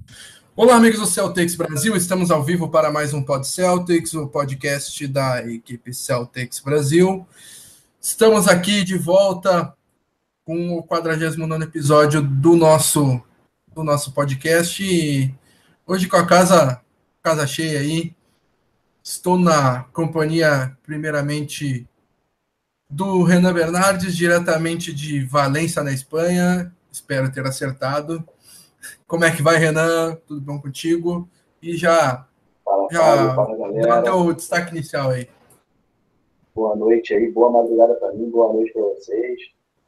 Olá, amigos do Celtics Brasil, estamos ao vivo para mais um Pod Celtics, o podcast da equipe Celtics Brasil. Estamos aqui de volta com o 49º episódio do nosso podcast e hoje com a casa cheia aí. Estou na companhia, primeiramente, do Renan Bernardes, diretamente de Valência, na Espanha. Espero ter acertado. Como é que vai, Renan? Tudo bom contigo? E já Fala, dá até o destaque inicial aí. Boa noite aí, boa madrugada para mim, boa noite para vocês.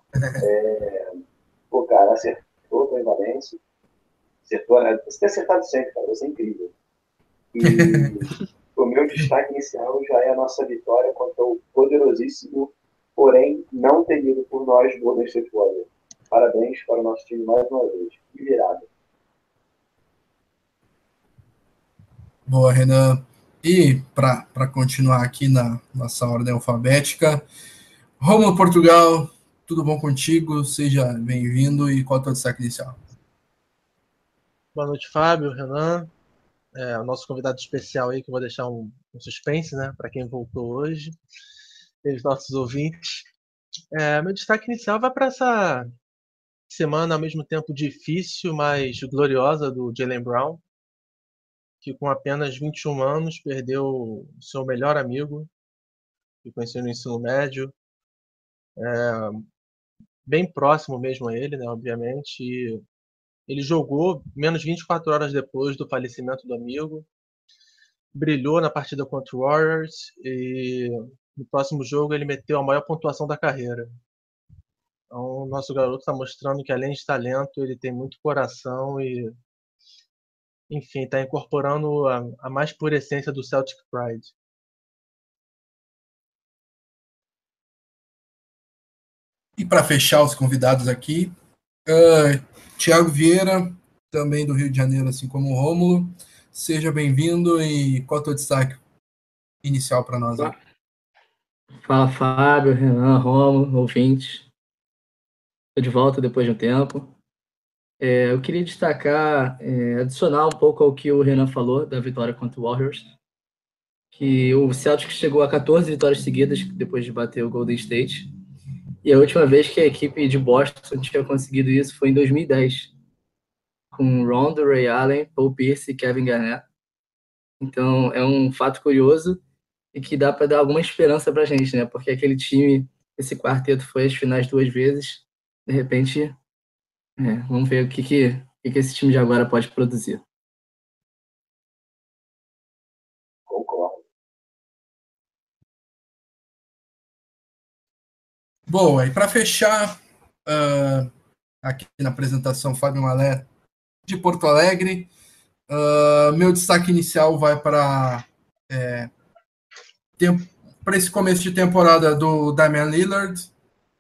Cara, acertou, tô em Valência. Acertou, né? Você tem acertado sempre, cara, isso é incrível. E o meu destaque inicial já é a nossa vitória contra o poderosíssimo, porém não temido por nós, Golden State Warriors. Parabéns para o nosso time mais uma vez. Que virada. Boa, Renan. E para continuar aqui na nossa ordem alfabética, Rômulo Portugal, tudo bom contigo? Seja bem-vindo e qual é o teu destaque inicial? Boa noite, Fábio, Renan, o nosso convidado especial aí, que eu vou deixar um suspense, né, para quem voltou hoje, e os nossos ouvintes. Meu destaque inicial vai para essa semana, ao mesmo tempo difícil, mas gloriosa, do Jaylen Brown, que com apenas 21 anos perdeu o seu melhor amigo, que conheceu no ensino médio, bem próximo mesmo a ele, né, obviamente, e ele jogou menos 24 horas depois do falecimento do amigo, brilhou na partida contra o Warriors e no próximo jogo ele meteu a maior pontuação da carreira. Então, o nosso garoto está mostrando que, além de talento, ele tem muito coração e, enfim, está incorporando a mais pura essência do Celtic Pride. E para fechar os convidados aqui, Thiago Vieira, também do Rio de Janeiro, assim como o Rômulo. Seja bem-vindo e qual é o teu destaque inicial para nós? Fala, Fábio, Renan, Rômulo, ouvintes. Estou de volta depois de um tempo. Eu queria destacar, adicionar um pouco ao que o Renan falou da vitória contra o Warriors, que o Celtics chegou a 14 vitórias seguidas depois de bater o Golden State. E a última vez que a equipe de Boston tinha conseguido isso foi em 2010, com Rondo, Ray Allen, Paul Pierce e Kevin Garnett. Então, é um fato curioso e que dá para dar alguma esperança para a gente, né? Porque aquele time, esse quarteto foi às finais 2 vezes. De repente, vamos ver o que esse time de agora pode produzir. Concordo. Bom, e para fechar aqui na apresentação, Fábio Malé, de Porto Alegre. Meu destaque inicial vai para esse começo de temporada do Damian Lillard,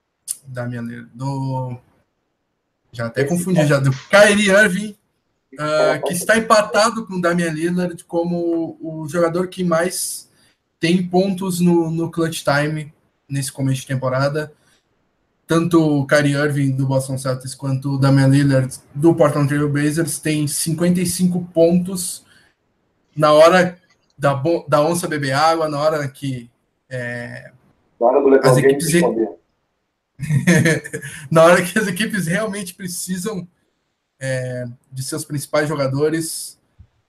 já até confundi, do Kyrie Irving, que está empatado com o Damian Lillard como o jogador que mais tem pontos no clutch time nesse começo de temporada. Tanto o Kyrie Irving do Boston Celtics quanto o Damian Lillard do Portland Trail Blazers têm 55 pontos na hora da onça beber água, na hora que as equipes na hora que as equipes realmente precisam de seus principais jogadores.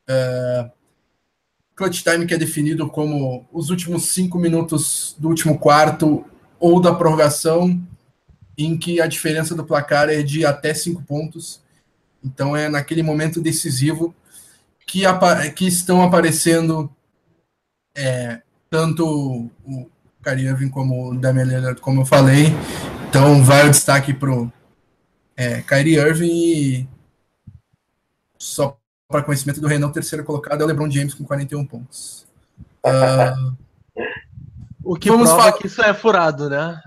Clutch time, que é definido como os últimos 5 minutos do último quarto ou da prorrogação, em que a diferença do placar é de até 5 pontos. Então é naquele momento decisivo que estão aparecendo tanto o Kyrie Irving como o Damian Lillard, como eu falei. Então vai o destaque para o Kyrie Irving e só para conhecimento do Renan, o terceiro colocado é o LeBron James com 41 pontos. O que prova que isso é furado, né?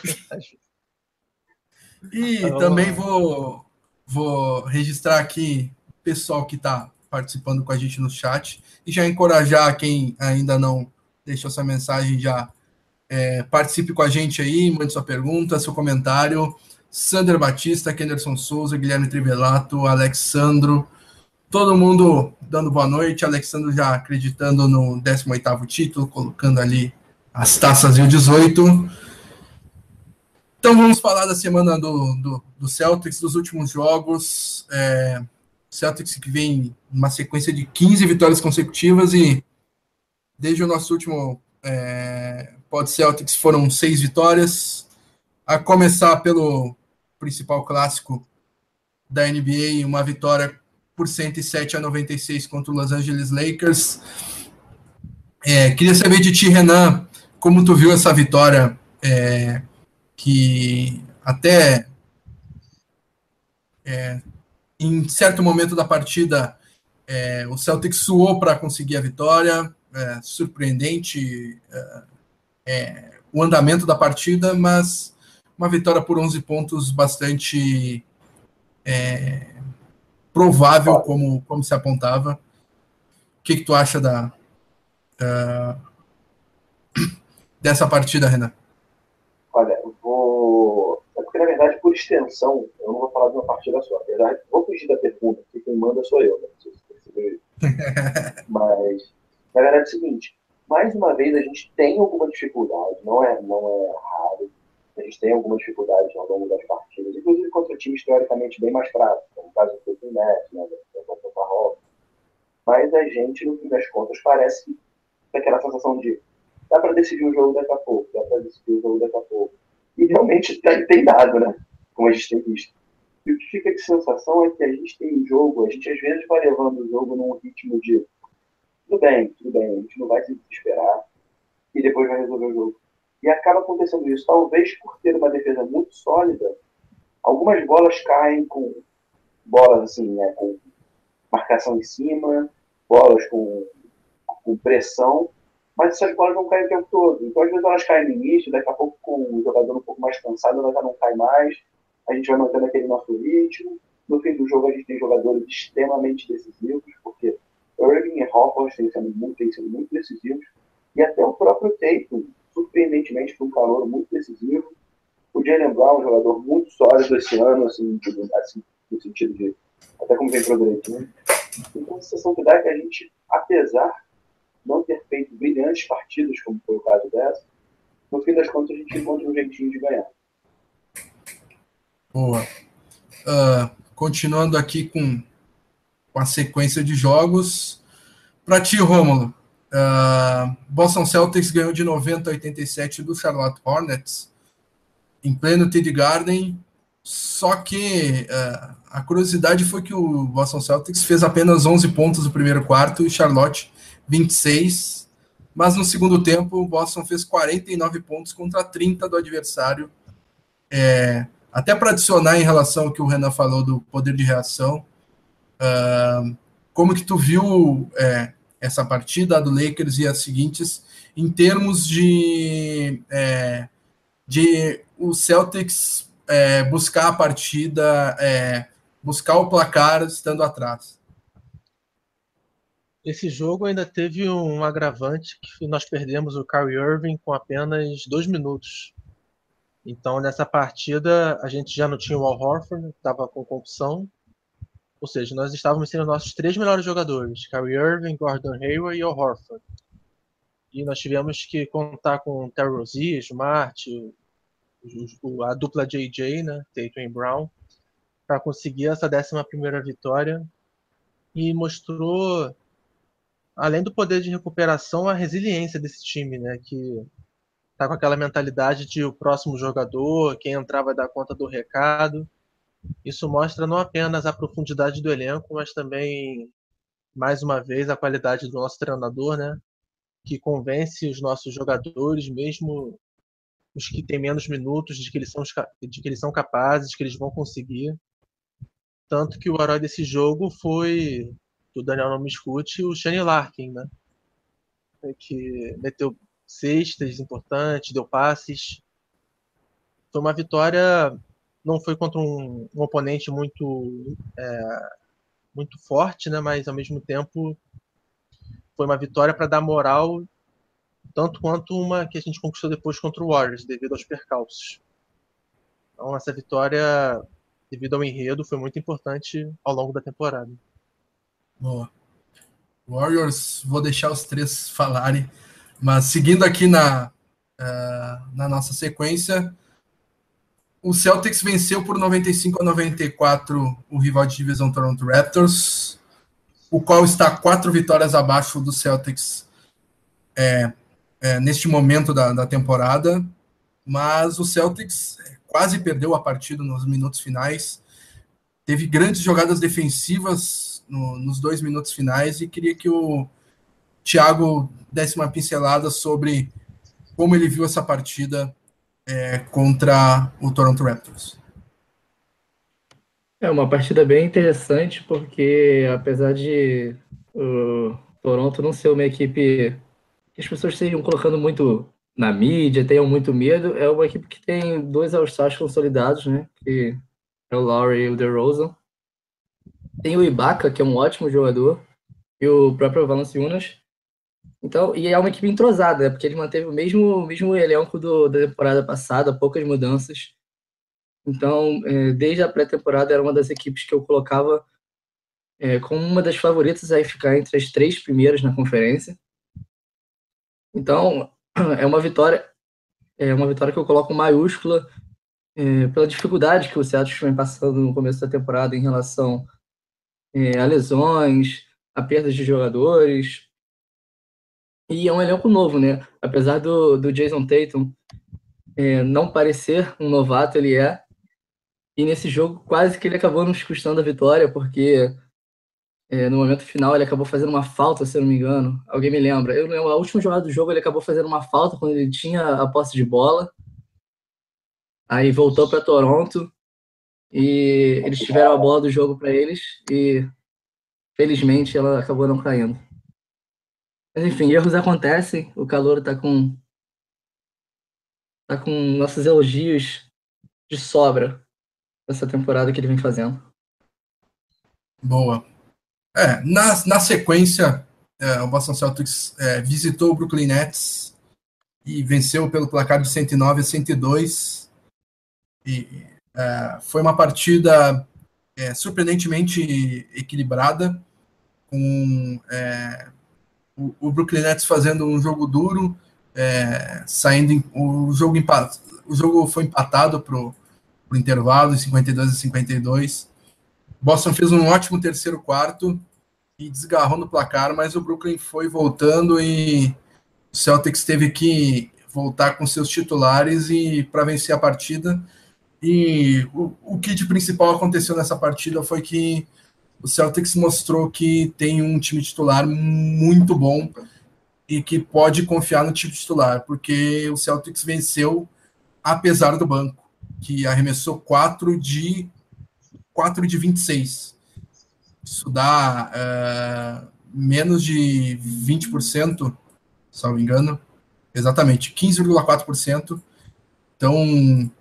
E também vou registrar aqui o pessoal que está participando com a gente no chat e já encorajar quem ainda não deixou sua mensagem, já participe com a gente aí, mande sua pergunta, seu comentário. Sander Batista, Kenderson Souza, Guilherme Trivelato, Alexandro, Todo mundo dando boa noite, Alexandre já acreditando no 18º título, colocando ali as taças e o 18. Então vamos falar da semana do Celtics, dos últimos jogos. Celtics que vem uma sequência de 15 vitórias consecutivas e desde o nosso último Pod Celtics foram 6 vitórias, a começar pelo principal clássico da NBA, uma vitória por 107-96 contra o Los Angeles Lakers. Queria saber de ti, Renan, como tu viu essa vitória, que até em certo momento da partida o Celtics suou para conseguir a vitória, surpreendente o andamento da partida, mas uma vitória por 11 pontos bastante provável, como se apontava. O que tu acha dessa partida, Renan? Olha, eu vou... É porque, na verdade, por extensão, eu não vou falar de uma partida só. Apesar de... Vou fugir da pergunta, porque quem manda sou eu, né? Não sei se você percebeu isso. Mas, na verdade, é o seguinte. Mais uma vez, a gente tem alguma dificuldade. Não é raro. A gente tem alguma dificuldade ao longo das partidas. Inclusive contra times teoricamente bem mais fracos. Como o caso do Brooklyn Nets, né? Contra o Oklahoma. Mas a gente, no fim das contas, parece que tem aquela sensação de dá para decidir o jogo daqui a pouco, dá para decidir o jogo daqui a pouco. E realmente tem dado, né? Como a gente tem visto. E o que fica de sensação é que a gente tem um jogo, a gente às vezes vai levando o jogo num ritmo de tudo bem, a gente não vai se desesperar e depois vai resolver o jogo. E acaba acontecendo isso. Talvez por ter uma defesa muito sólida, algumas bolas caem com bolas assim, né, com marcação em cima, bolas com pressão, mas essas bolas não caem o tempo todo. Então, às vezes, elas caem no início, daqui a pouco, com o jogador um pouco mais cansado, ela já não cai mais, a gente vai mantendo aquele nosso ritmo. No fim do jogo, a gente tem jogadores extremamente decisivos, porque Irving e Horford têm sido muito decisivos, e até o próprio Tatum, surpreendentemente, foi um calor muito decisivo. O Jaylen Brown, um jogador muito sólido esse ano, assim, no sentido de até como vem progredindo. Então, a sensação que dá é que a gente, apesar não ter feito brilhantes partidas, como foi o caso dessa, no fim das contas a gente encontra um jeitinho de ganhar. Boa. Continuando aqui com a sequência de jogos. Para ti, Rômulo, Boston Celtics ganhou de 90-87 do Charlotte Hornets em pleno TD Garden, só que a curiosidade foi que o Boston Celtics fez apenas 11 pontos no primeiro quarto e Charlotte 26, mas no segundo tempo o Boston fez 49 pontos contra 30 do adversário. Até para adicionar em relação ao que o Renan falou do poder de reação, como que tu viu essa partida do Lakers e as seguintes em termos de o Celtics buscar a partida, buscar o placar estando atrás? Esse jogo ainda teve um agravante, que nós perdemos o Kyrie Irving com apenas 2 minutos. Então, nessa partida, a gente já não tinha o Al Horford, que estava com concussão. Ou seja, nós estávamos sendo nossos 3 melhores jogadores: Kyrie Irving, Gordon Hayward e Al Horford. E nós tivemos que contar com o Terry Rozier, Smart, a dupla JJ, né, Tatum e Brown, para conseguir essa 11ª vitória. E mostrou, além do poder de recuperação, a resiliência desse time, né, que tá com aquela mentalidade de o próximo jogador, quem entrar vai dar conta do recado. Isso mostra não apenas a profundidade do elenco, mas também, mais uma vez, a qualidade do nosso treinador, né, que convence os nossos jogadores, mesmo os que têm menos minutos, de que eles são capazes, que eles vão conseguir. Tanto que o herói desse jogo foi, que o Daniel não me escute, o Shane Larkin, né, que meteu cestas importantes, deu passes. Foi uma vitória, não foi contra um oponente muito forte, né, mas ao mesmo tempo foi uma vitória para dar moral, tanto quanto uma que a gente conquistou depois contra o Warriors, devido aos percalços. Então essa vitória, devido ao enredo, foi muito importante ao longo da temporada. Boa. Warriors, vou deixar os três falarem, mas seguindo aqui na nossa sequência, o Celtics venceu por 95-94 o rival de divisão Toronto Raptors, o qual está 4 vitórias abaixo do Celtics neste momento da temporada, mas o Celtics quase perdeu a partida nos minutos finais, teve grandes jogadas defensivas nos 2 minutos finais, e queria que o Thiago desse uma pincelada sobre como ele viu essa partida contra o Toronto Raptors. É uma partida bem interessante, porque apesar de o Toronto não ser uma equipe que as pessoas estejam colocando muito na mídia, tenham muito medo, é uma equipe que tem 2 All-Stars consolidados, né? Que é o Lowry e o DeRozan. Tem o Ibaka, que é um ótimo jogador, e o próprio Valanciunas. Então, e é uma equipe entrosada, né? Porque ele manteve o mesmo elenco da temporada passada, poucas mudanças. Então, desde a pré-temporada, era uma das equipes que eu colocava como uma das favoritas a ficar entre as 3 primeiras na conferência. Então, é uma vitória que eu coloco maiúscula pela dificuldade que o Celtics vem passando no começo da temporada em relação a lesões, a perdas de jogadores. E é um elenco novo, né? Apesar do Jason Tatum não parecer um novato, ele é. E nesse jogo quase que ele acabou nos custando a vitória, porque no momento final ele acabou fazendo uma falta, se eu não me engano. Alguém me lembra? Eu lembro, a última jogada do jogo ele acabou fazendo uma falta quando ele tinha a posse de bola. Aí voltou para Toronto e eles tiveram a bola do jogo para eles e felizmente ela acabou não caindo. Mas enfim, erros acontecem, o Calouro tá com nossos elogios de sobra nessa temporada que ele vem fazendo. Boa. Na sequência, o Boston Celtics visitou o Brooklyn Nets e venceu pelo placar de 109-102. E foi uma partida surpreendentemente equilibrada, com o Brooklyn Nets fazendo um jogo duro, o jogo foi empatado pro intervalo, em 52-52. Boston fez um ótimo terceiro quarto e desgarrou no placar, mas o Brooklyn foi voltando e o Celtics teve que voltar com seus titulares e para vencer a partida. E o que de principal aconteceu nessa partida foi que o Celtics mostrou que tem um time titular muito bom e que pode confiar no time titular, porque o Celtics venceu apesar do banco, que arremessou 4 de 26. Isso dá menos de 20%, se não me engano. Exatamente, 15,4%. Então,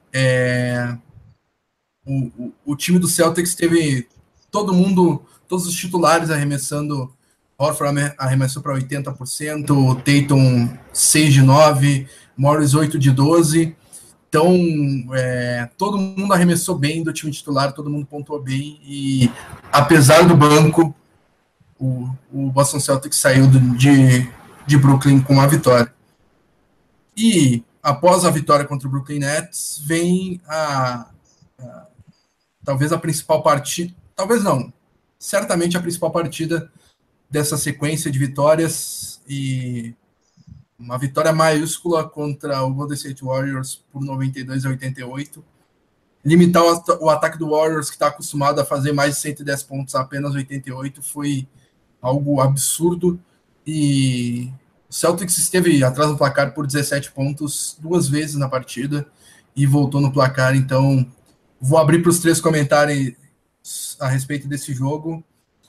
o time do Celtics teve todos os titulares arremessando. Horford arremessou para 80%, Tatum 6 de 9, Morris 8 de 12. Então, todo mundo arremessou bem do time titular, todo mundo pontuou bem, e apesar do banco, o Boston Celtics saiu de Brooklyn com a vitória. E após a vitória contra o Brooklyn Nets, vem talvez a principal partida, talvez não, certamente a principal partida dessa sequência de vitórias, e uma vitória maiúscula contra o Golden State Warriors por 92-88. Limitar o ataque do Warriors, que está acostumado a fazer mais de 110 pontos a apenas 88, foi algo absurdo. E o Celtics esteve atrás do placar por 17 pontos 2 vezes na partida e voltou no placar. Então, vou abrir para os 3 comentarem a respeito desse jogo.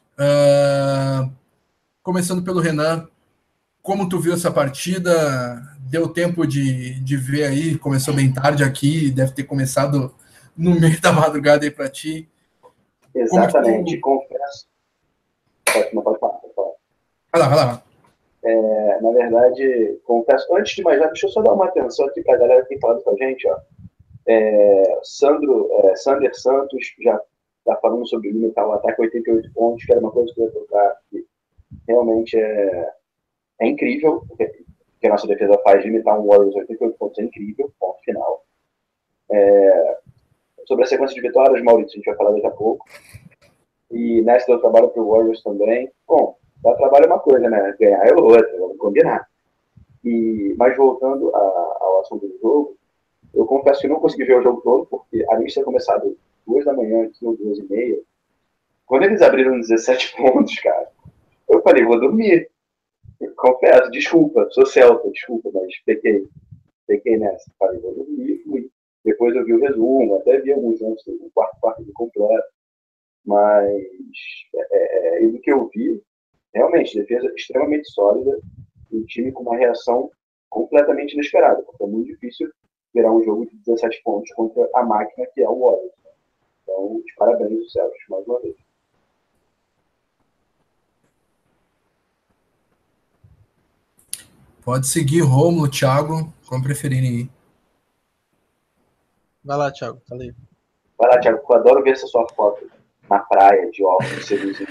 Começando pelo Renan, como tu viu essa partida? Deu tempo de ver aí? Começou bem tarde aqui, deve ter começado no meio da madrugada aí para ti. Exatamente, confesso. Não pode falar. Vai lá. Na verdade, confesso, antes de mais nada, deixa eu só dar uma atenção aqui para a galera que tem falado com a gente. Ó. Sander Santos já está falando sobre limitar o ataque a 88 pontos, que era uma coisa que eu ia tocar, que realmente é incrível o que a nossa defesa faz. Limitar um Warriors a 88 pontos é incrível, ponto final. Sobre a sequência de vitórias, Maurício, a gente vai falar daqui a pouco. E nessa deu trabalho para o Warriors também. Bom, dar trabalho é uma coisa, né? Ganhar é outra, vamos combinar. Mas voltando ao assunto do jogo, eu confesso que não consegui ver o jogo todo, porque a gente tinha começado 2 da manhã, aqui ou 2h30. Quando eles abriram 17 pontos, cara, eu falei, vou dormir. Eu confesso, desculpa, sou celta, desculpa, mas pequei nessa. Falei, vou dormir e fui. Depois eu vi o resumo, até vi alguns antes, o quarto de completo. Mas, e do que eu vi, realmente, defesa extremamente sólida, um time com uma reação completamente inesperada, porque é muito difícil virar um jogo de 17 pontos contra a máquina que é o Warriors. Então, de parabéns aos Celtics, mais uma vez. Pode seguir, Rômulo, Thiago, como preferirem ir. Vai lá, Thiago, falei. Vai lá, Thiago, eu adoro ver essa sua foto na praia, de óculos, seduzindo.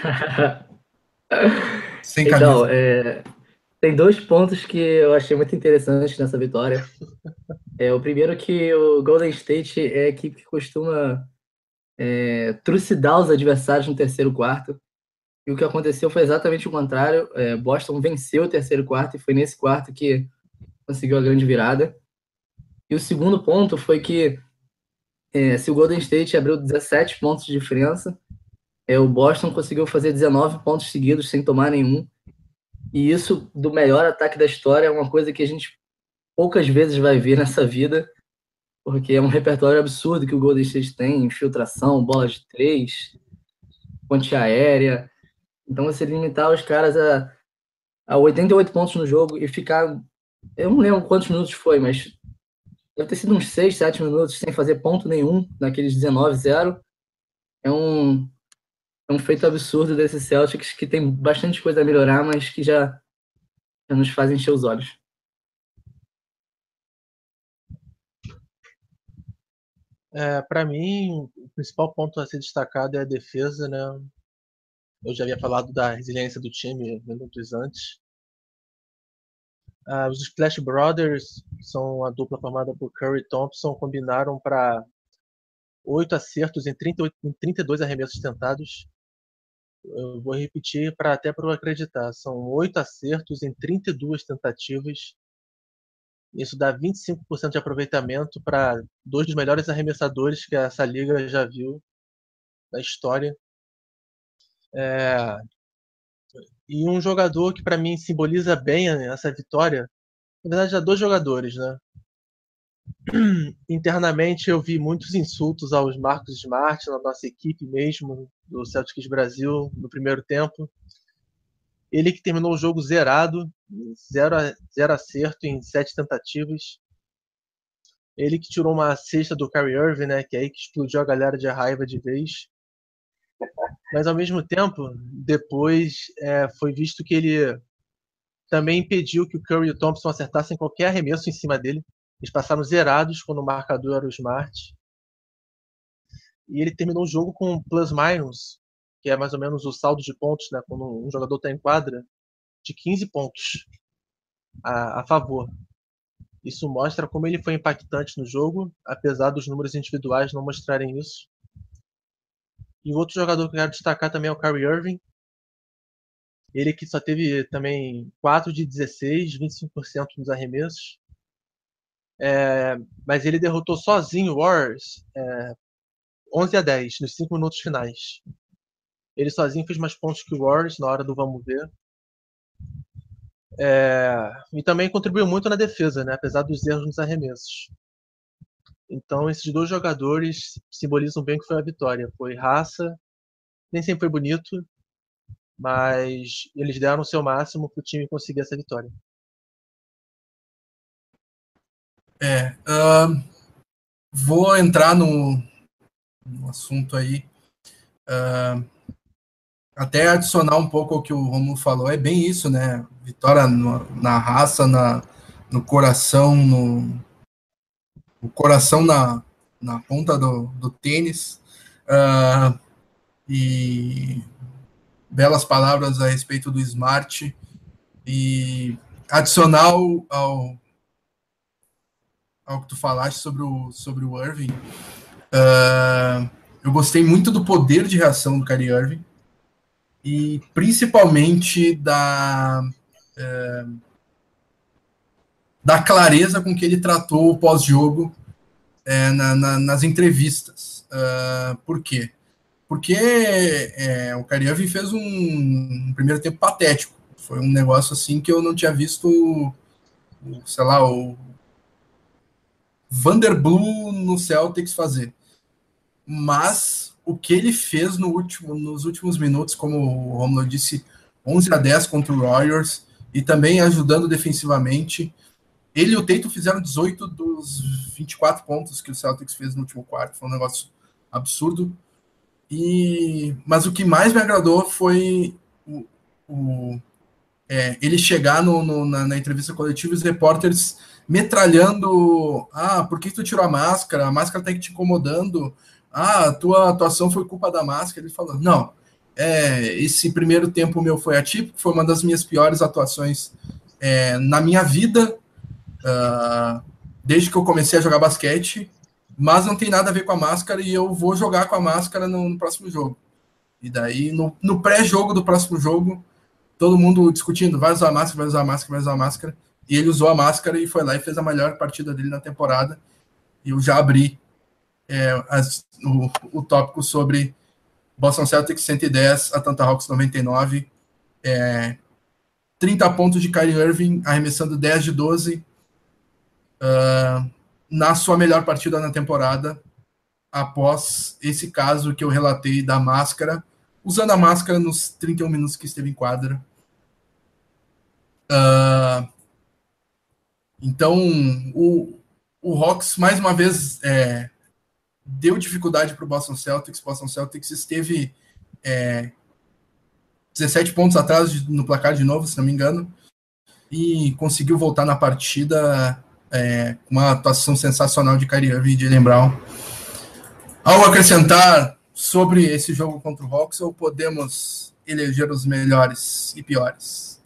Sem camisa. Então, tem 2 pontos que eu achei muito interessantes nessa vitória. O primeiro que o Golden State é a equipe que costuma trucidar os adversários no terceiro quarto. E o que aconteceu foi exatamente o contrário. Boston venceu o terceiro quarto e foi nesse quarto que conseguiu a grande virada. E o segundo ponto foi que se o Golden State abriu 17 pontos de diferença, o Boston conseguiu fazer 19 pontos seguidos sem tomar nenhum. E isso, do melhor ataque da história, é uma coisa que a gente poucas vezes vai ver nessa vida, porque é um repertório absurdo que o Golden State tem, infiltração, bola de 3, ponte aérea. Então, você limitar os caras a 88 pontos no jogo e ficar... Eu não lembro quantos minutos foi, mas deve ter sido uns 6, 7 minutos sem fazer ponto nenhum naqueles 19-0. É um feito absurdo desses Celtics que tem bastante coisa a melhorar, mas que já nos faz encher os olhos. Para mim, o principal ponto a ser destacado é a defesa, né? Eu já havia falado da resiliência do time minutos antes. Os Splash Brothers, que são a dupla formada por Curry e Thompson, combinaram para 8 acertos em 32 arremessos tentados. Eu vou repetir até para eu acreditar. São 8 acertos em 32 tentativas. Isso dá 25% de aproveitamento para 2 dos melhores arremessadores que essa liga já viu na história. E um jogador que para mim simboliza bem essa vitória, na verdade há 2 jogadores, né? Internamente eu vi muitos insultos aos Marcus Smart, na nossa equipe mesmo, do Celtics Brasil, no primeiro tempo. Ele que terminou o jogo zerado, 0 acerto em 7 tentativas. Ele que tirou uma cesta do Kyrie Irving, né, que é aí que explodiu a galera de raiva de vez. Mas ao mesmo tempo, depois foi visto que ele também impediu que o Curry e o Thompson acertassem qualquer arremesso em cima dele. Eles passaram zerados quando o marcador era o Smart. E ele terminou o jogo com plus-minus, que é mais ou menos o saldo de pontos, né, quando um jogador está em quadra, de 15 pontos a favor. Isso mostra como ele foi impactante no jogo, apesar dos números individuais não mostrarem isso. E o outro jogador que eu quero destacar também é o Kyrie Irving. Ele que só teve também 4 de 16, 25% nos arremessos. Mas ele derrotou sozinho o Warriors 11-10 nos 5 minutos finais. Ele sozinho fez mais pontos que o Warriors na hora do vamos ver. E também contribuiu muito na defesa, né? Apesar dos erros nos arremessos. Então esses 2 jogadores simbolizam bem o que foi a vitória. Foi raça, nem sempre foi bonito, mas eles deram o seu máximo para o time conseguir essa vitória. Vou entrar no assunto aí. Até adicionar um pouco ao que o Romulo falou, é bem isso, né? Vitória na raça, no coração, o coração na ponta do tênis. e belas palavras a respeito do Smart. E adicional ao que tu falaste sobre o Irving, eu gostei muito do poder de reação do Kyrie Irving e principalmente da clareza com que ele tratou o pós-jogo nas entrevistas. Por quê? Porque o Kyrie Irving fez um primeiro tempo patético. Foi um negócio assim que eu não tinha visto, sei lá, o Vanderbilt no Celtics fazer. Mas o que ele fez nos últimos minutos, como o Romulo disse, 11-10 contra o Warriors, e também ajudando defensivamente. Ele e o Tatum fizeram 18 dos 24 pontos que o Celtics fez no último quarto. Foi um negócio absurdo. Mas o que mais me agradou foi ele chegar na entrevista coletiva e os repórteres metralhando: por que tu tirou a máscara? A máscara tá te incomodando. A tua atuação foi culpa da máscara. Ele falou: não, esse primeiro tempo meu foi atípico, foi uma das minhas piores atuações na minha vida, desde que eu comecei a jogar basquete, mas não tem nada a ver com a máscara e eu vou jogar com a máscara no próximo jogo. E daí, no pré-jogo do próximo jogo, todo mundo discutindo: vai usar máscara, vai usar máscara, vai usar máscara. E ele usou a máscara e foi lá e fez a melhor partida dele na temporada. E eu já abri o tópico sobre Boston Celtics 110, Atlanta Hawks 99. 30 pontos de Kyrie Irving, arremessando 10 de 12 na sua melhor partida na temporada, após esse caso que eu relatei da máscara, usando a máscara nos 31 minutos que esteve em quadra. Então, o Hawks, mais uma vez, deu dificuldade para o Boston Celtics. Boston Celtics esteve 17 pontos atrás no placar de novo, se não me engano, e conseguiu voltar na partida com uma atuação sensacional de Kyrie Irving e de Jaylen Brown. Algo a acrescentar sobre esse jogo contra o Hawks, ou podemos eleger os melhores e piores?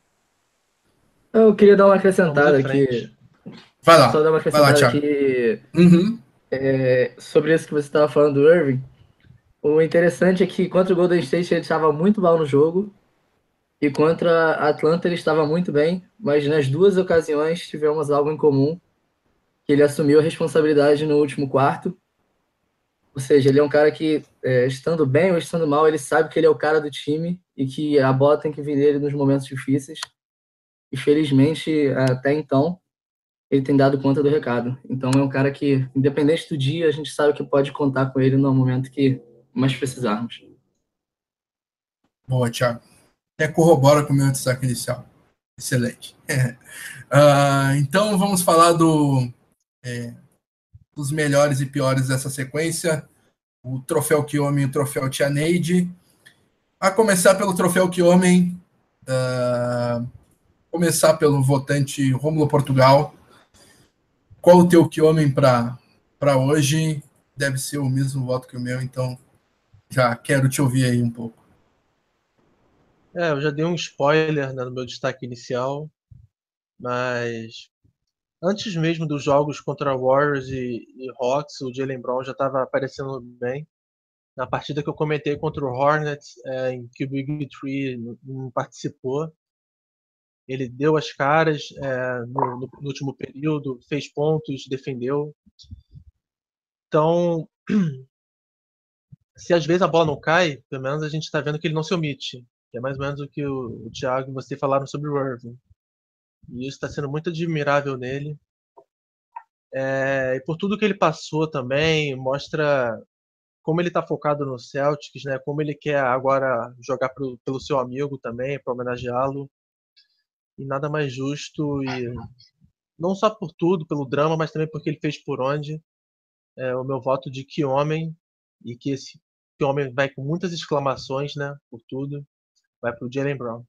Eu queria dar uma acrescentada aqui. Vai lá. Só dar uma acrescentada aqui sobre isso que você estava falando do Irving. O interessante é que contra o Golden State ele estava muito mal no jogo e contra a Atlanta ele estava muito bem, mas nas duas ocasiões tivemos algo em comum, que ele assumiu a responsabilidade no último quarto. Ou seja, ele é um cara que, estando bem ou estando mal, ele sabe que ele é o cara do time e que a bola tem que vir dele nos momentos difíceis. E felizmente, até então, ele tem dado conta do recado. Então é um cara que, independente do dia, a gente sabe que pode contar com ele no momento que mais precisarmos. Boa, Thiago. Até corrobora com o meu destaque inicial. Excelente. Então vamos falar dos melhores e piores dessa sequência. O troféu Kiomi e o troféu Tia Neide. A começar pelo troféu Kiomi, começar pelo votante Rômulo Portugal. Qual o teu Kiomi para hoje? Deve ser o mesmo voto que o meu, então já quero te ouvir aí um pouco. Eu já dei um spoiler, né, no meu destaque inicial, mas antes mesmo dos jogos contra Warriors e Hawks, o Jaylen Brown já estava aparecendo bem. Na partida que eu comentei contra o Hornets, em que o Big Three não participou, ele deu as caras no último período, fez pontos, defendeu. Então, se às vezes a bola não cai, pelo menos a gente está vendo que ele não se omite. Que é mais ou menos o que o Thiago e você falaram sobre o Irving. E isso está sendo muito admirável nele. E por tudo que ele passou também, mostra como ele está focado no Celtics, né? Como ele quer agora jogar pelo seu amigo também, para homenageá-lo. E nada mais justo, e não só por tudo, pelo drama, mas também porque ele fez por onde. O meu voto de que homem, e que esse que homem vai com muitas exclamações, né? Por tudo, vai para o Jaylen Brown.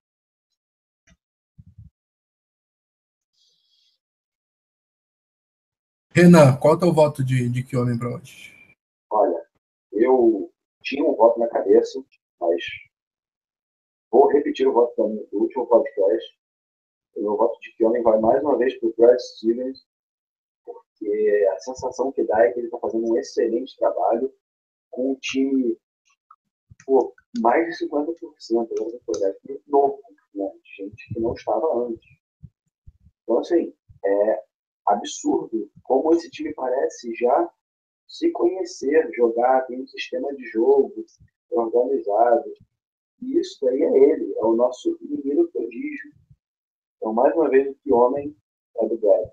Renan, qual é o teu voto de que homem para hoje? Olha, eu tinha um voto na cabeça, mas vou repetir o voto do último podcast. O meu voto de Keone vai mais uma vez para o Brad Stevens, porque a sensação que dá é que ele está fazendo um excelente trabalho com um time mais de 50%, um projeto muito novo, né, de gente que não estava antes. Então, assim, é absurdo como esse time parece já se conhecer, jogar, tem um sistema de jogo organizado. E isso daí é ele, é o nosso menino prodígio. Então, mais uma vez, o que homem é do Brad.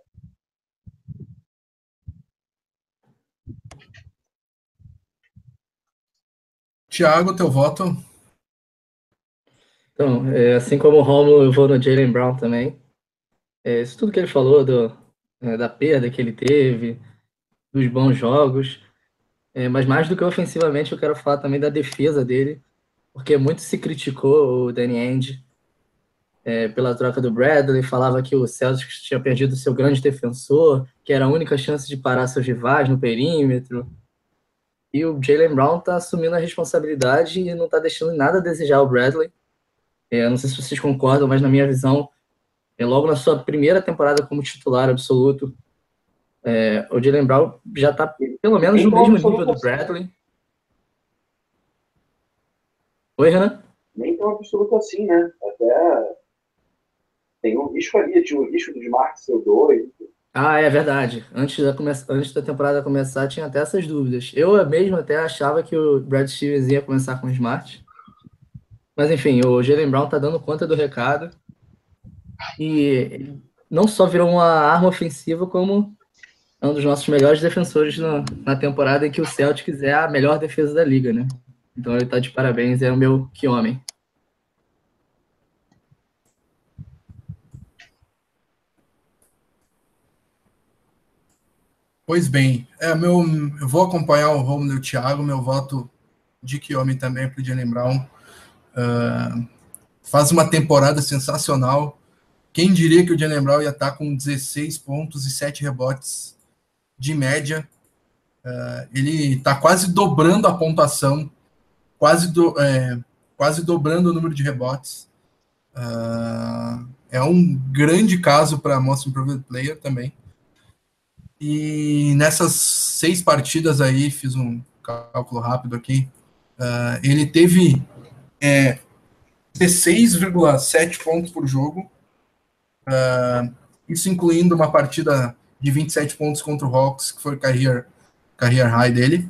Thiago, teu voto? Então, assim como o Romulo, eu vou no Jaylen Brown também. Isso tudo que ele falou da perda que ele teve, dos bons jogos. Mas mais do que ofensivamente, eu quero falar também da defesa dele, porque muito se criticou o Danny Ainge pela troca do Bradley, falava que o Celtics tinha perdido seu grande defensor, que era a única chance de parar seus rivais no perímetro. E o Jaylen Brown está assumindo a responsabilidade e não está deixando nada a desejar o Bradley. Não sei se vocês concordam, mas na minha visão, logo na sua primeira temporada como titular absoluto, o Jaylen Brown já está pelo menos no mesmo nível do Bradley. Oi, Renan? Nem tão absoluto assim, né? Até tem um risco ali, tinha um risco do Smart ser o 2. É verdade. Antes da temporada começar, tinha até essas dúvidas. Eu mesmo até achava que o Brad Stevens ia começar com o Smart. Mas enfim, o Jaylen Brown tá dando conta do recado. E ele não só virou uma arma ofensiva, como é um dos nossos melhores defensores na temporada em que o Celtics é a melhor defesa da liga, né? Então ele tá de parabéns, é o meu que homem. Pois bem, eu vou acompanhar o Romulo e o Thiago, meu voto de que homem também para o Jaylen Brown. Faz uma temporada sensacional. Quem diria que o Jaylen Brown ia estar com 16 pontos e 7 rebotes de média. Ele está quase dobrando a pontuação, quase dobrando o número de rebotes. É um grande caso para Most Improved Player também. E nessas 6 partidas aí, fiz um cálculo rápido aqui, ele teve 16,7 pontos por jogo, isso incluindo uma partida de 27 pontos contra o Hawks, que foi o career high dele,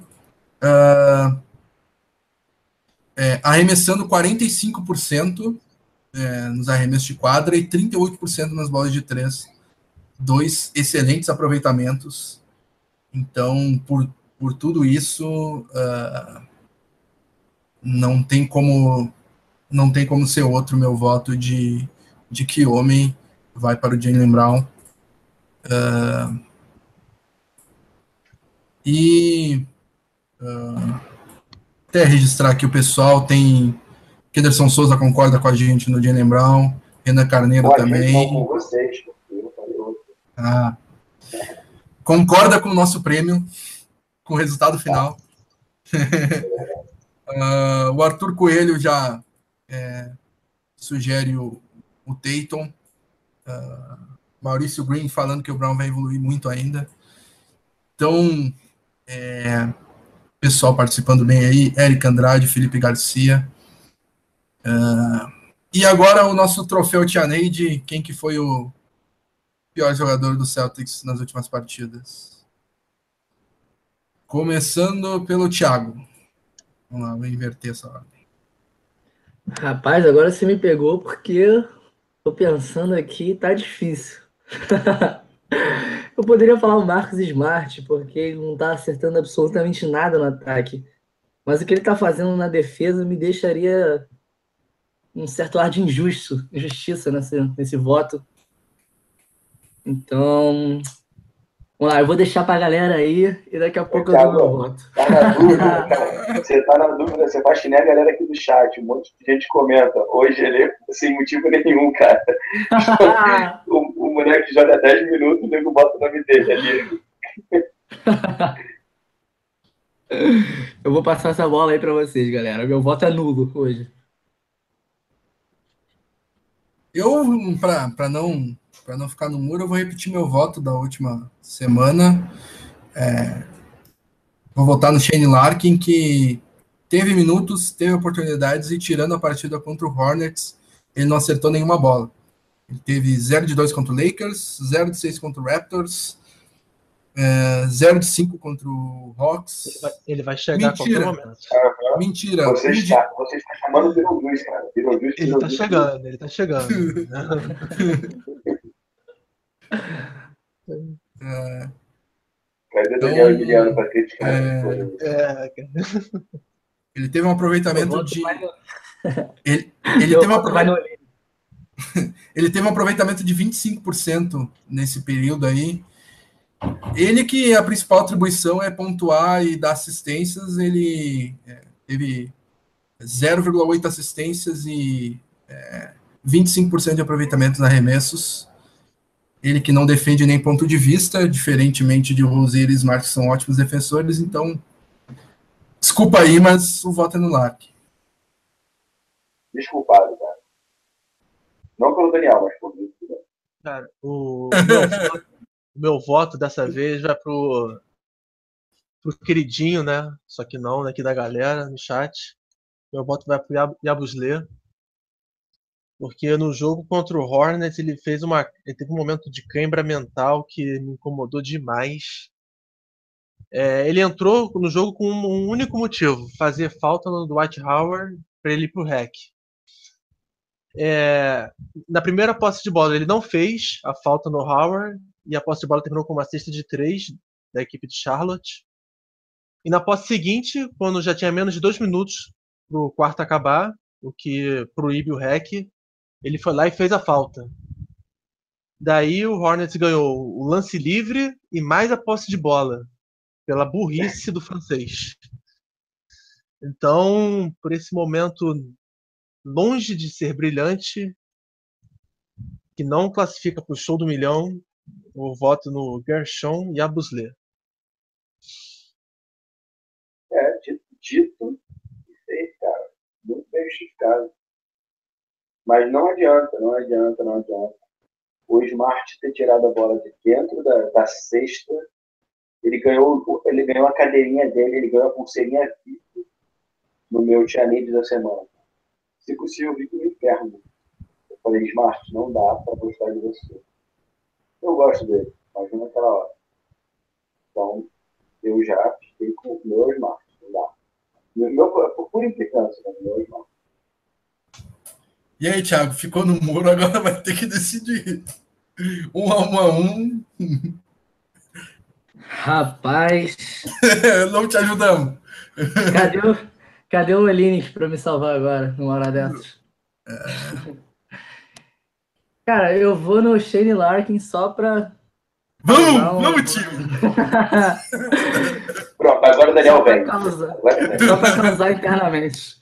arremessando 45% nos arremessos de quadra e 38% nas bolas de 3. 2 excelentes aproveitamentos. Então, por tudo isso, não tem como ser outro meu voto de que homem vai para o Jaylen Brown. Até registrar aqui o pessoal, tem Kederson Souza concorda com a gente no Jaylen Brown, Renan Carneiro também. Não com vocês, eu falei outro. Concorda com o nosso prêmio, com o resultado final. O Arthur Coelho já sugere o Tatum. Maurício Green falando que o Brown vai evoluir muito ainda. Então, pessoal participando bem aí, Eric Andrade, Felipe Garcia. E agora o nosso troféu Tia Neide, quem que foi o pior jogador do Celtics nas últimas partidas? Começando pelo Thiago. Vamos lá, vou inverter essa ordem. Rapaz, agora você me pegou porque tô pensando aqui, tá difícil. Eu poderia falar o Marcus Smart, porque ele não tá acertando absolutamente nada no ataque. Mas o que ele tá fazendo na defesa me deixaria um certo ar de injustiça nesse voto. Então, vamos lá, eu vou deixar pra galera aí e daqui a pouco eu dou meu voto. Tá na dúvida, cara. Você tá na dúvida, você vai chinar a galera aqui do chat. Um monte de gente comenta. Hoje ele é sem motivo nenhum, cara. o moleque joga 10 minutos e o nego bota o nome dele ali. Eu vou passar essa bola aí para vocês, galera. Meu voto é nulo hoje. Eu, para não ficar no muro, eu vou repetir meu voto da última semana. Vou votar no Shane Larkin, que teve minutos, teve oportunidades e tirando a partida contra o Hornets, ele não acertou nenhuma bola. Ele teve 0 de 2 contra o Lakers, 0 de 6 contra o Raptors, 0 de 5 contra o Hawks. Ele vai chegar a qualquer momento. Mentira. Você está chamando o Beetlejuice, cara. Ele tá chegando, ele tá chegando. Cadê Daniel Emiliano para criticar? Ele teve um aproveitamento de. Ele teve um aproveitamento de 25% nesse período aí. Ele que a principal atribuição é pontuar e dar assistências, ele teve 0,8 assistências e 25% de aproveitamento nos arremessos. Ele que não defende nem ponto de vista, diferentemente de Rozier e Smart, que são ótimos defensores, então desculpa aí, mas o voto é no Lark. Desculpado, cara. Não pelo Daniel, mas por mim. Cara, o meu voto dessa vez vai pro queridinho, né? Só que não, aqui da galera, no chat. Meu voto vai pro Yabusele. Porque no jogo contra o Hornets ele teve um momento de cãibra mental que me incomodou demais. Ele entrou no jogo com um único motivo: fazer falta no Dwight Howard para ele ir pro hack. Na primeira posse de bola ele não fez a falta no Howard e a posse de bola terminou com uma cesta de 3 da equipe de Charlotte. E na posse seguinte, quando já tinha menos de 2 minutos pro quarto acabar, o que proíbe o hack, ele foi lá e fez a falta. Daí o Hornets ganhou o lance livre e mais a posse de bola, pela burrice do francês. Então, por esse momento longe de ser brilhante, que não classifica para o show do milhão, eu voto no Gershon Yabusele. Dito e feito, cara. Muito bem justificado. Mas não adianta. O Smart ter tirado a bola de dentro da cesta, ele ganhou a cadeirinha dele, ele ganhou a pulseirinha VIP no meu Tianide da semana. Se possível, vi no inferno. Eu falei, Smart, não dá pra gostar de você. Eu gosto dele, mas não naquela hora. Então, eu já fiquei com o meu Smart, não dá. Por pura implicância, né? Meu Smart. E aí, Thiago, ficou no muro, agora vai ter que decidir. 1-1. Rapaz. Não te ajudamos. Cadê o Elines para me salvar agora, numa hora dessas? Cara, eu vou no Shane Larkin só pra. Vamos, time! Pronto, agora o Daniel vem. Só pra causar internamente.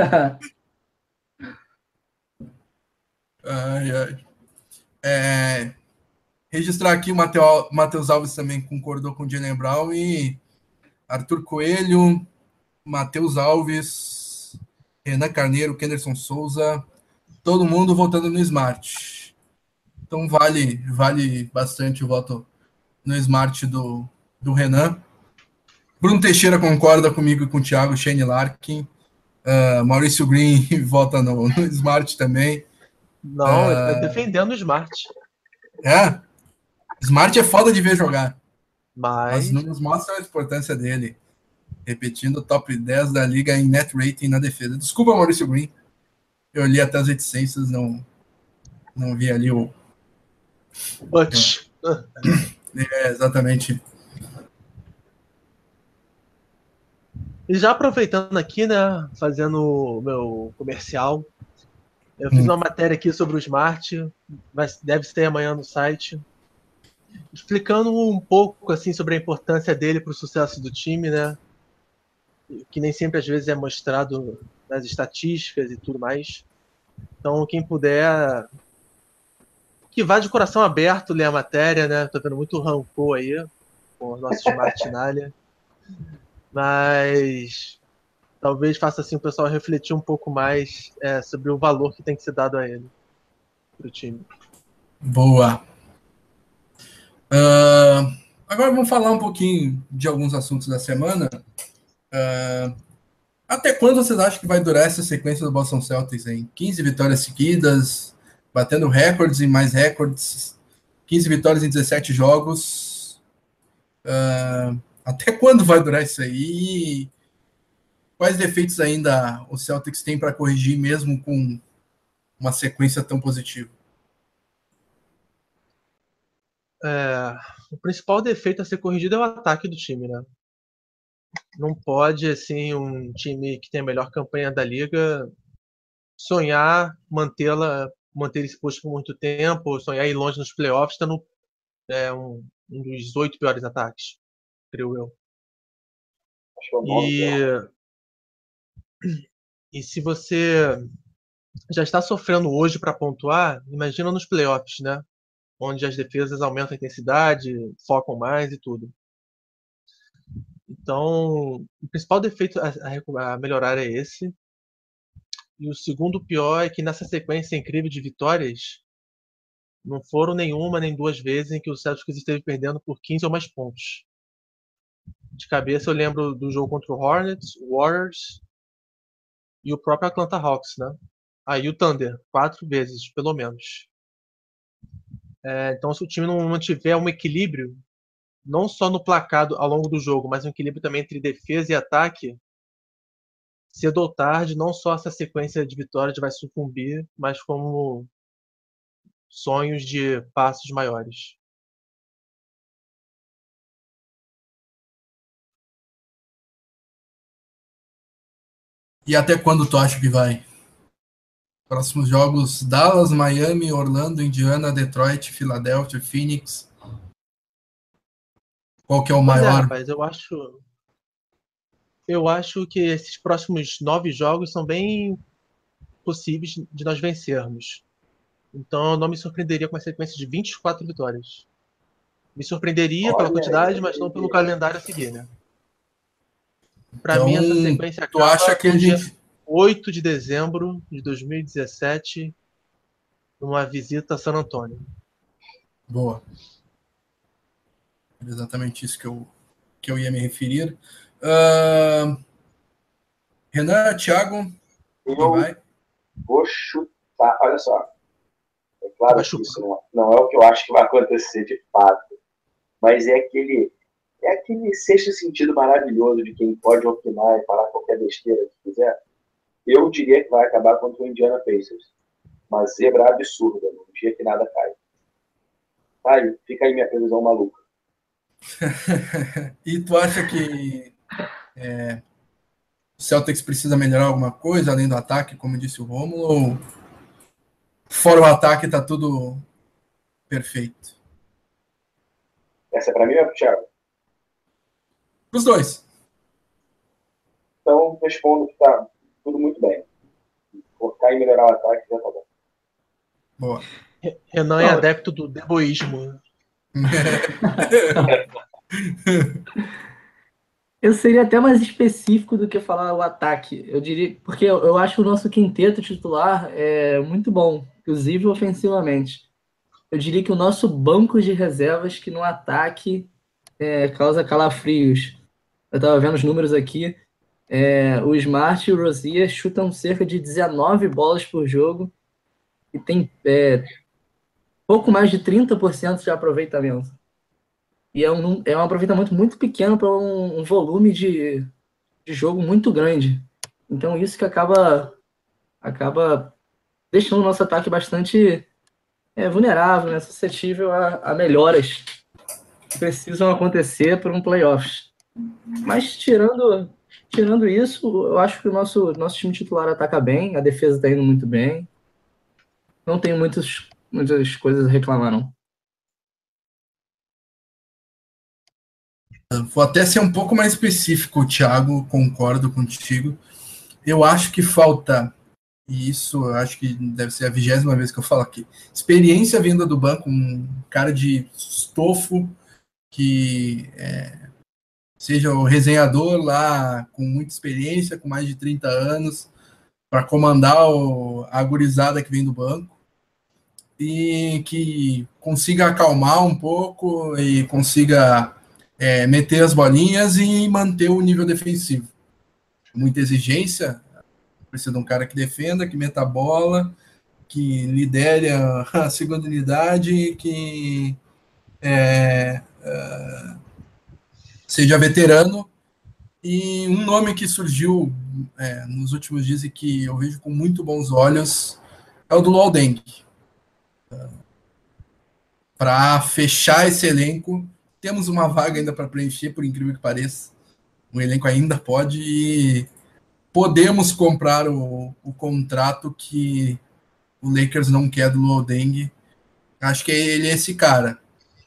Registrar aqui o Matheus Alves também concordou com o Jaylen Brown e Arthur Coelho, Matheus Alves, Renan Carneiro, Kenderson Souza, todo mundo votando no Smart. Então vale bastante o voto no Smart do Renan. Bruno Teixeira concorda comigo e com o Thiago, Shane Larkin. Maurício Green vota no Smart também. Não, ele tá defendendo o Smart. Smart é foda de ver jogar. Mas não nos mostra a importância dele. Repetindo, top 10 da liga em net rating na defesa. Desculpa, Maurício Green. Eu li até as reticências, não vi ali o... exatamente. E já aproveitando aqui, né, fazendo o meu comercial, eu fiz uma matéria aqui sobre o Smart, mas deve ter amanhã no site, explicando um pouco assim sobre a importância dele para o sucesso do time, né, que nem sempre às vezes é mostrado nas estatísticas e tudo mais. Então, quem puder, que vá de coração aberto ler a matéria, né, tô vendo muito rancor aí com o nosso Smart Nalha. Mas talvez faça assim o pessoal refletir um pouco mais sobre o valor que tem que ser dado a ele, pro time. Boa. Agora vamos falar um pouquinho de alguns assuntos da semana. Até quando vocês acham que vai durar essa sequência do Boston Celtics, hein? 15 vitórias seguidas, batendo recordes e mais recordes, 15 vitórias em 17 jogos. Até quando vai durar isso aí? Quais defeitos ainda o Celtics tem para corrigir, mesmo com uma sequência tão positiva? O principal defeito a ser corrigido é o ataque do time, né? Não pode, assim, um time que tem a melhor campanha da liga sonhar manter esse posto por muito tempo, sonhar ir longe nos playoffs, estando um dos 8 piores ataques, creio eu. Acho que é o nome. E se você já está sofrendo hoje para pontuar, imagina nos playoffs, né? Onde as defesas aumentam a intensidade, focam mais e tudo. Então, o principal defeito a melhorar é esse. E o segundo pior é que nessa sequência incrível de vitórias, não foram nenhuma nem duas vezes em que o Celtics esteve perdendo por 15 ou mais pontos. De cabeça eu lembro do jogo contra o Hornets, o Warriors e o próprio Atlanta Hawks, né? Aí o Thunder, 4 vezes, pelo menos. Então, se o time não tiver um equilíbrio, não só no placar ao longo do jogo, mas um equilíbrio também entre defesa e ataque, cedo ou tarde, não só essa sequência de vitórias vai sucumbir, mas como sonhos de passos maiores. E até quando tu acha que vai? Próximos jogos: Dallas, Miami, Orlando, Indiana, Detroit, Filadélfia, Phoenix. Qual que é o maior? Rapaz, eu acho que esses próximos 9 jogos são bem possíveis de nós vencermos. Então eu não me surpreenderia com uma sequência de 24 vitórias. Me surpreenderia pela quantidade, mas não pelo calendário a seguir, né? Para mim, essa sequência tu acha que no dia a gente... 8 de dezembro de 2017, numa visita a San Antônio. Boa. É exatamente isso que eu ia me referir. Renan, Thiago, eu vai? Vou chutar. Olha só. É claro que isso não é o que eu acho que vai acontecer de fato. Mas é aquele sexto sentido maravilhoso de quem pode opinar e falar qualquer besteira que quiser. Eu diria que vai acabar contra o Indiana Pacers. Uma zebra absurda, num dia que nada cai. Tá aí, fica aí minha previsão maluca. E tu acha que o Celtics precisa melhorar alguma coisa além do ataque, como disse o Rômulo, ou fora o ataque tá tudo perfeito? Essa é pra mim ou é pro Thiago? Os dois. Então, respondo que tá tudo muito bem. Focar em melhorar o ataque já tá bom. Boa. Renan é adepto do deboísmo. Eu seria até mais específico do que falar o ataque. Eu diria, porque eu acho o nosso quinteto titular muito bom, inclusive ofensivamente. Eu diria que o nosso banco de reservas, que no ataque causa calafrios. Eu estava vendo os números aqui. O Smart e o Rozier chutam cerca de 19 bolas por jogo e tem pouco mais de 30% de aproveitamento. E é um aproveitamento muito pequeno para um volume de jogo muito grande. Então isso que acaba deixando o nosso ataque bastante vulnerável, né? Suscetível a melhoras que precisam acontecer para um playoffs. Mas tirando isso, eu acho que o nosso time titular ataca bem, a defesa está indo muito bem. Não tenho muitas coisas a reclamar, não. Vou até ser um pouco mais específico, Thiago, concordo contigo. Eu acho que falta, e isso eu acho que deve ser a 20ª vez que eu falo aqui, experiência vinda do banco, um cara de estofo que seja o resenhador lá com muita experiência, com mais de 30 anos, para comandar a gurizada que vem do banco, e que consiga acalmar um pouco e consiga meter as bolinhas e manter o nível defensivo. Muita exigência, precisa de um cara que defenda, que meta a bola, que lidere a segunda unidade, que seja veterano. E um nome que surgiu nos últimos dias e que eu vejo com muito bons olhos é o do Luol Deng. Para fechar esse elenco, temos uma vaga ainda para preencher, por incrível que pareça. O elenco ainda pode e podemos comprar o contrato que o Lakers não quer do Luol Deng. Acho que ele é esse cara.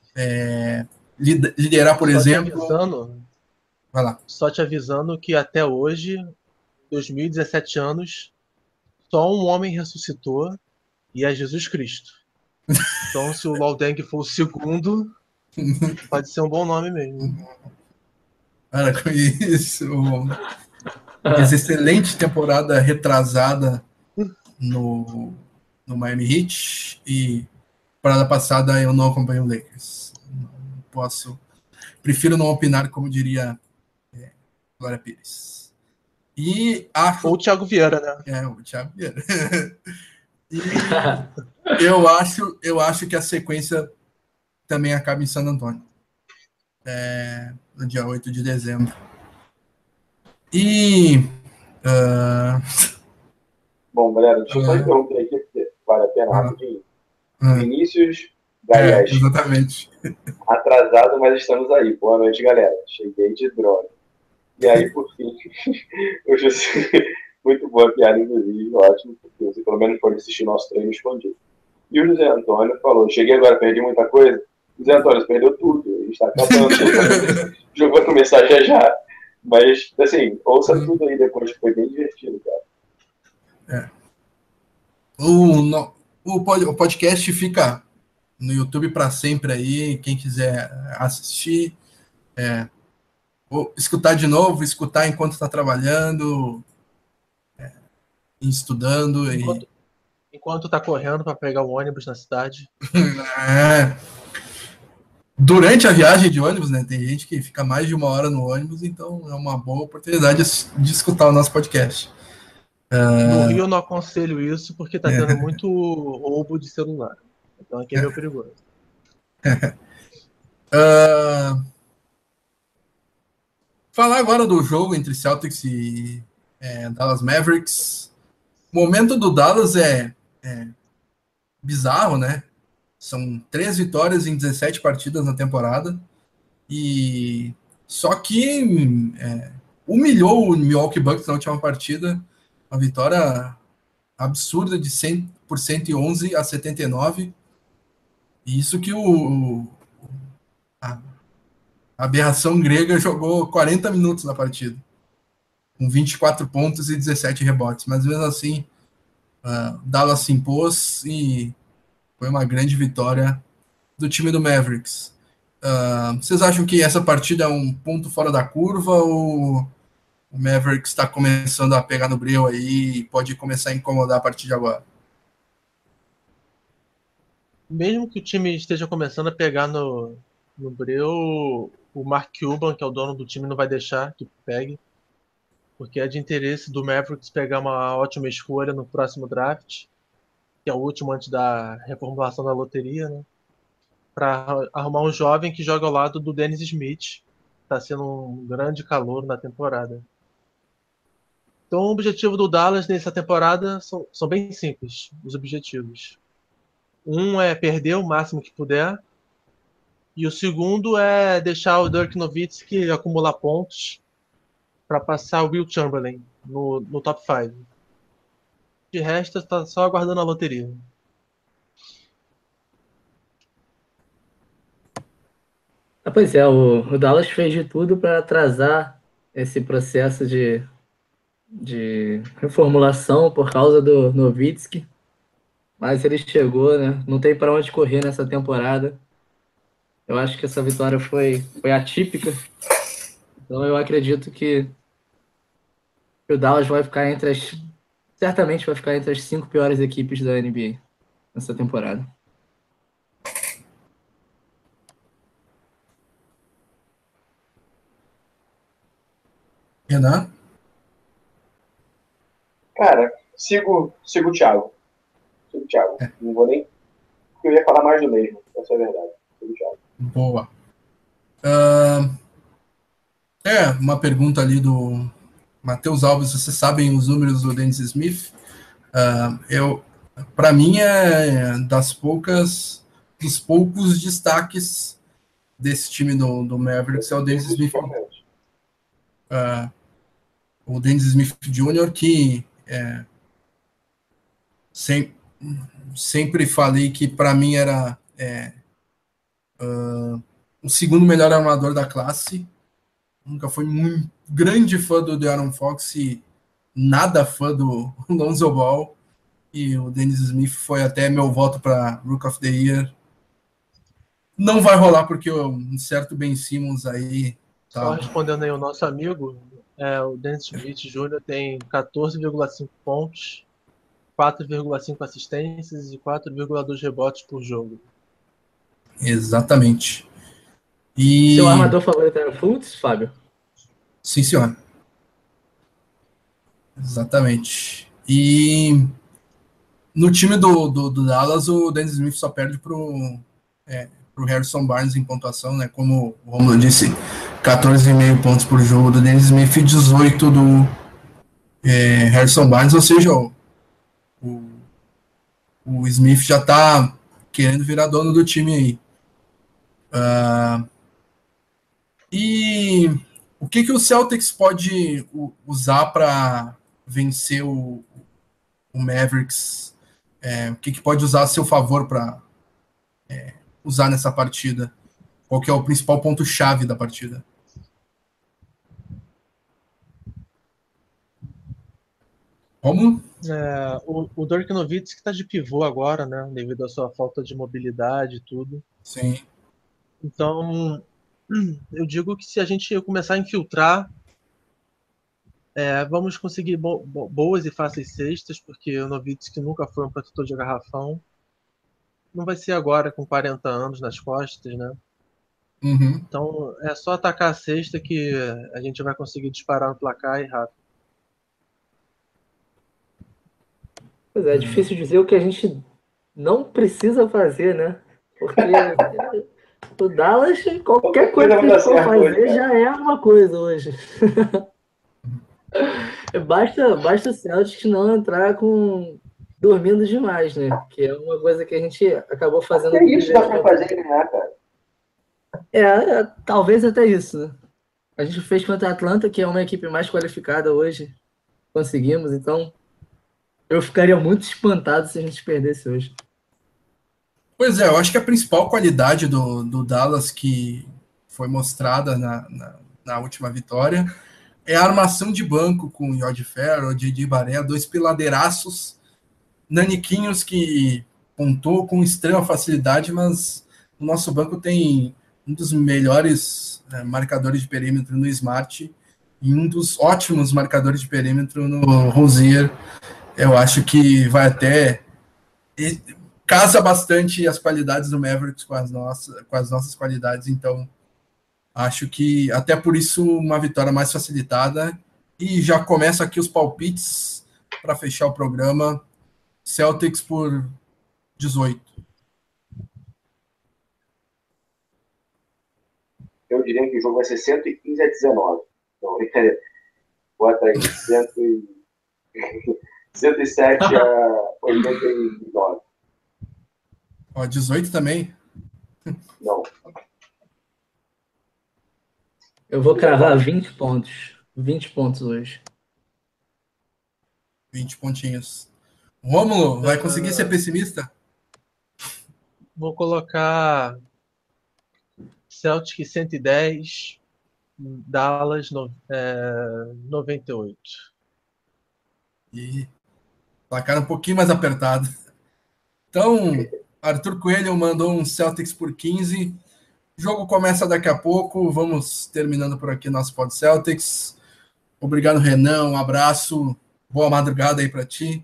Liderar, por exemplo... Vai lá. Só te avisando que até hoje, 2017 anos, só um homem ressuscitou e é Jesus Cristo. Então, se o Luol Deng for o segundo, pode ser um bom nome mesmo. Para com isso. Essa excelente temporada retrasada no Miami Heat, e parada passada eu não acompanho o Lakers. Não posso. Prefiro não opinar, como diria Glória Pires. E Ou o Thiago Vieira, né? O Thiago Vieira. E eu acho que a sequência também acaba em San Antonio. No dia 8 de dezembro. E... Bom, galera, deixa eu só interromper aqui, porque vale a pena rapidinho. Vinícius Gaias. Exatamente. Atrasado, mas estamos aí. Boa noite, galera. Cheguei de drone. E aí, por fim, eu José, muito boa piada, inclusive, ótimo, porque você pelo menos pode assistir nosso treino escondido. E o José Antônio falou, cheguei agora, perdi muita coisa. José Antônio, você perdeu tudo, a gente está acabando, o jogo vai começar já. Mas, assim, ouça tudo aí depois, que foi bem divertido, cara. O podcast fica no YouTube para sempre aí, quem quiser assistir, ou escutar de novo, escutar enquanto está trabalhando, estudando. Enquanto está correndo para pegar o ônibus na cidade. Durante a viagem de ônibus, né? Tem gente que fica mais de 1 hora no ônibus, então é uma boa oportunidade de escutar o nosso podcast. No Rio eu não aconselho isso porque está tendo muito roubo de celular. Então aqui é meio perigoso. Falar agora do jogo entre Celtics e Dallas Mavericks. O momento do Dallas é bizarro, né? São 3 vitórias em 17 partidas na temporada. E só que humilhou o Milwaukee Bucks na última partida. Uma vitória absurda de 111-79. E isso que a aberração grega jogou 40 minutos na partida, com 24 pontos e 17 rebotes. Mas mesmo assim, Dallas se impôs e foi uma grande vitória do time do Mavericks. Vocês acham que essa partida é um ponto fora da curva, ou o Mavericks está começando a pegar no breu aí e pode começar a incomodar a partir de agora? Mesmo que o time esteja começando a pegar no breu, o Mark Cuban, que é o dono do time, não vai deixar que pegue, porque é de interesse do Mavericks pegar uma ótima escolha no próximo draft, que é o último antes da reformulação da loteria, né? Para arrumar um jovem que joga ao lado do Dennis Smith, está sendo um grande calor na temporada. Então o objetivo do Dallas nessa temporada são bem simples, os objetivos. Um é perder o máximo que puder, e o segundo é deixar o Dirk Nowitzki acumular pontos para passar o Will Chamberlain no top 5. De resto, está só aguardando a loteria. Pois é, o Dallas fez de tudo para atrasar esse processo de reformulação por causa do Nowitzki, mas ele chegou, né? Não tem para onde correr nessa temporada. Eu acho que essa vitória foi atípica, Então eu acredito que o Dallas vai ficar certamente vai ficar entre as 5 piores equipes da NBA nessa temporada. Renan? Cara, sigo o Thiago. Sigo o Thiago. Não vou nem. Porque eu ia falar mais do mesmo. Essa é a verdade. Sigo o Thiago. Boa. Uma pergunta ali do Matheus Alves. Vocês sabem os números do Dennis Smith? Para mim, dos poucos destaques desse time do Mavericks é o Dennis Smith. O Dennis Smith Jr., que sempre falei que para mim era o segundo melhor armador da classe. Nunca fui muito grande fã do De'Aaron Fox e nada fã do Lonzo Ball. E o Dennis Smith foi até meu voto para Rook of the Year. Não vai rolar porque um certo Ben Simmons aí... Tá. Só respondendo aí o nosso amigo, o Dennis Smith Jr. tem 14,5 pontos, 4,5 assistências e 4,2 rebotes por jogo. Exatamente. E... Seu armador favorito era o Fultz, Fábio? Sim, senhor. Exatamente. E no time do Dallas, o Dennis Smith só perde pro Harrison Barnes em pontuação, né? Como o Romulo disse, 14,5 pontos por jogo do Dennis Smith e 18 do Harrison Barnes, ou seja, o Smith já tá querendo virar dono do time aí. E o que o Celtics pode usar para vencer o Mavericks? O que pode usar a seu favor para usar nessa partida? Qual que é o principal ponto-chave da partida? Como? O Dirk Nowitzki está de pivô agora, né? Devido à sua falta de mobilidade e tudo. Sim. Então, eu digo que se a gente começar a infiltrar, vamos conseguir boas e fáceis cestas, porque o Nowitzki nunca foi um protetor de garrafão. Não vai ser agora com 40 anos nas costas, né? Uhum. Então é só atacar a cesta que a gente vai conseguir disparar no placar e rápido. Pois é difícil dizer o que a gente não precisa fazer, né? Porque o Dallas, qualquer coisa que a gente for fazer já é uma coisa hoje. Basta o Celtics não entrar dormindo demais, né? Que é uma coisa que a gente acabou fazendo. Até isso dá pra fazer ganhar, cara. Talvez até isso, né? A gente fez contra a Atlanta, que é uma equipe mais qualificada hoje. Conseguimos, então eu ficaria muito espantado se a gente perdesse hoje. Pois é, eu acho que a principal qualidade do Dallas que foi mostrada na última vitória é a armação de banco com o Yod Ferro, Didi Baré, dois piladeiraços, naniquinhos que pontou com extrema facilidade, mas o nosso banco tem um dos melhores marcadores de perímetro no Smart e um dos ótimos marcadores de perímetro no Rozier. Eu acho que vai até... casa bastante as qualidades do Mavericks com as nossas qualidades, então acho que até por isso uma vitória mais facilitada. E já começa aqui os palpites para fechar o programa. Celtics por 18. Eu diria que o jogo vai ser 115-19. Não, brincadeira. Bota aí 107-89. 18 também? Não. Eu vou cravar 20 pontos. 20 pontos hoje. 20 pontinhos. Rômulo, vai conseguir ser pessimista? Vou colocar Celtic 110, Dallas 98. E placar um pouquinho mais apertado. Então, Arthur Coelho mandou um Celtics por 15. O jogo começa daqui a pouco. Vamos terminando por aqui nosso Pod Celtics. Obrigado, Renan. Um abraço. Boa madrugada aí para ti.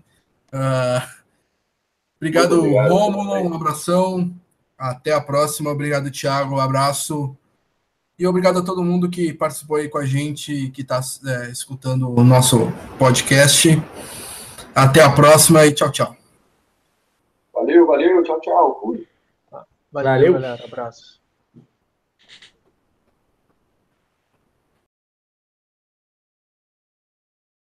Obrigado, Rômulo. Um abração. Até a próxima. Obrigado, Thiago. Um abraço. E obrigado a todo mundo que participou aí com a gente, que está escutando o nosso podcast. Até a próxima e tchau, tchau. Valeu, tchau, tchau. Fui. Valeu, galera. Abraço.